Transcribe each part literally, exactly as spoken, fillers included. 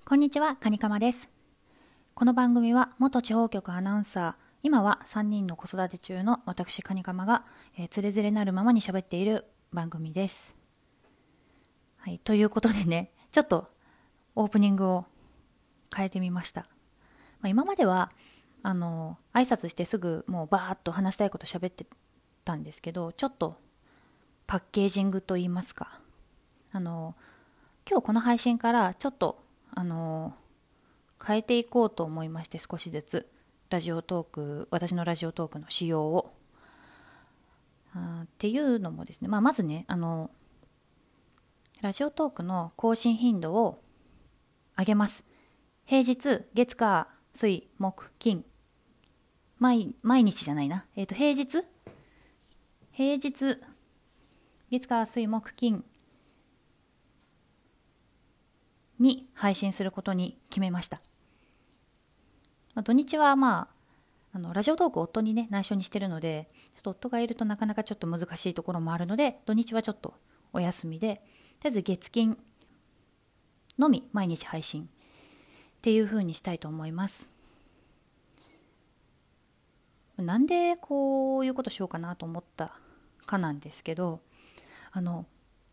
こんにちは、カニカマです。この番組は元地方局アナウンサー、今はさんにんの子育て中の私カニカマが、えー、つれづれなるままに喋っている番組です。はい、ということでね、ちょっとオープニングを変えてみました。まあ、今まではあの挨拶してすぐもうバーッと話したいこと喋ってたんですけど、ちょっとパッケージングといいますか、あの今日この配信からちょっとあの変えていこうと思いまして、少しずつラジオトーク私のラジオトークの仕様をあっていうのもですね、まあ、まずねあのラジオトークの更新頻度を上げます。平日月火水木金毎毎日じゃないな、えっと平日平日月火水木金に配信することに決めました。まあ、土日はまああのラジオトークを夫にね内緒にしてるので、ちょっと夫がいるとなかなかちょっと難しいところもあるので、土日はちょっとお休みで、とりあえず月金のみ毎日配信っていう風にしたいと思います。なんでこういうことしようかなと思ったかなんですけど、あの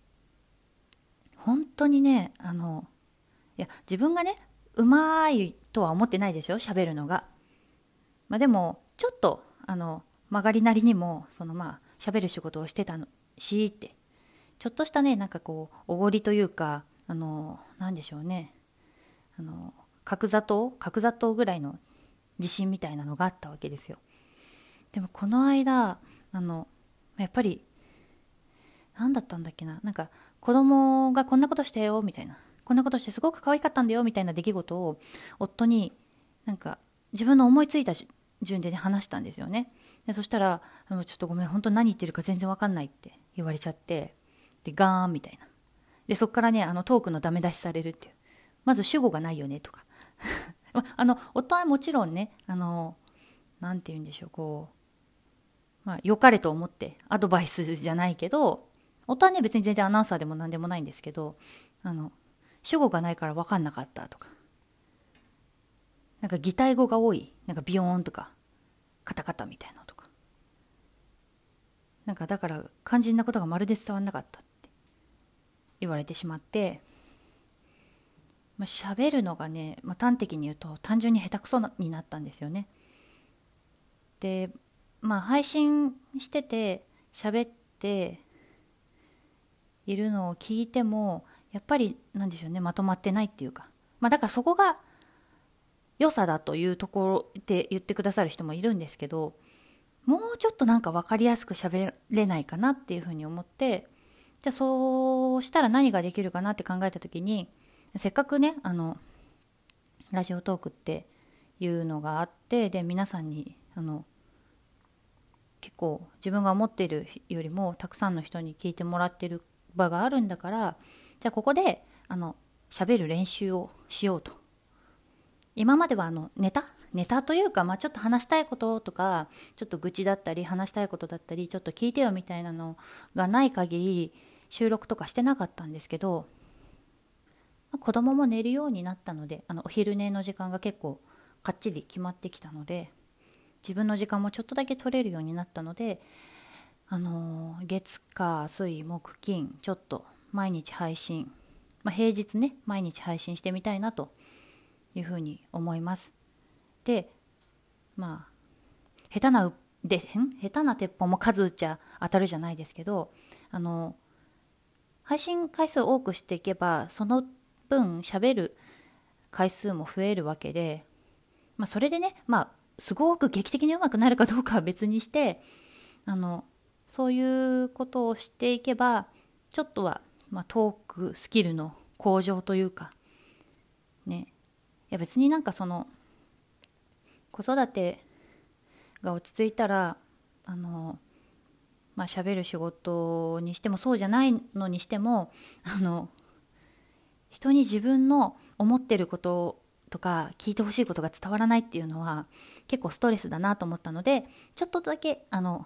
本当にねあのいや自分がねうまいとは思ってないでしょ、喋るのが。まあ、でもちょっとあの曲がりなりにもそのまあ喋る仕事をしてたのしって、ちょっとしたねなんかこうおごりというか、あのなんでしょうね、あの角砂糖角砂糖ぐらいの自信みたいなのがあったわけですよ。でもこの間あのやっぱり何だったんだっけな、なんか子供がこんなことしたよみたいな、こんなことしてすごく可愛かったんだよみたいな出来事を夫になんか自分の思いついた順で、ね、話したんですよね。でそしたらちょっとごめん本当何言ってるか全然わかんないって言われちゃって、でガーンみたいな。でそっからねあのトークのダメ出しされるっていう、まず主語がないよねとかあの夫はもちろんねあのなんて言うんでしょう、こうまあ良かれと思ってアドバイスじゃないけど、夫はね別に全然アナウンサーでも何でもないんですけど、あの主語がないから分かんなかったとか、なんか擬態語が多い、なんかビヨーンとかカタカタみたいなとか、なんかだから肝心なことがまるで伝わんなかったって言われてしまって、まあ、喋るのがね、まあ、端的に言うと単純に下手くそになったんですよね。でまあ配信してて喋っているのを聞いてもやっぱりなんでしょうね、まとまってないっていうか、まあだからそこが良さだというところで言ってくださる人もいるんですけど、もうちょっとなんか分かりやすく喋れないかなっていうふうに思って、じゃあそうしたら何ができるかなって考えた時に、せっかくねあのラジオトークっていうのがあって、で皆さんにあの結構自分が思っているよりもたくさんの人に聞いてもらってる場があるんだから、じゃあここであの喋る練習をしようと。今まではあのネタネタというか、まあ、ちょっと話したいこととかちょっと愚痴だったり話したいことだったりちょっと聞いてよみたいなのがない限り収録とかしてなかったんですけど、まあ、子供も寝るようになったので、あのお昼寝の時間が結構かっちり決まってきたので、自分の時間もちょっとだけ取れるようになったので、あのー、月火水木金ちょっと毎日配信、まあ、平日ね毎日配信してみたいなというふうに思います。でまあ下手なで下手な鉄砲も数打ちゃ当たるじゃないですけど、あの配信回数を多くしていけばその分喋る回数も増えるわけで、まあ、それでねまあすごく劇的に上手くなるかどうかは別にして、あのそういうことをしていけばちょっとは、まあ、トークスキルの向上というかね、いや別になんかその子育てが落ち着いたらあのまあ喋る仕事にしてもそうじゃないのにしても、あの人に自分の思ってることとか聞いてほしいことが伝わらないっていうのは結構ストレスだなと思ったので、ちょっとだけあの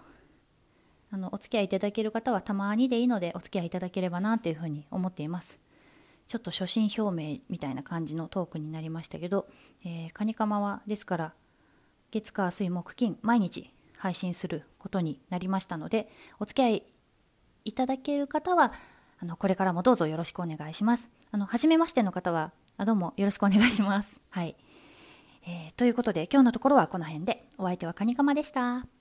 あのお付き合いいただける方はたまにでいいのでお付き合いいただければなというふうに思っています。 ちょっと初心表明みたいな感じのトークになりましたけど、えー、カニカマはですから月火水木金毎日配信することになりましたので、お付き合いいただける方はあのこれからもどうぞよろしくお願いします。あの初めましての方はあどうもよろしくお願いします。はい、えー、ということで今日のところはこの辺で、お相手はカニカマでした。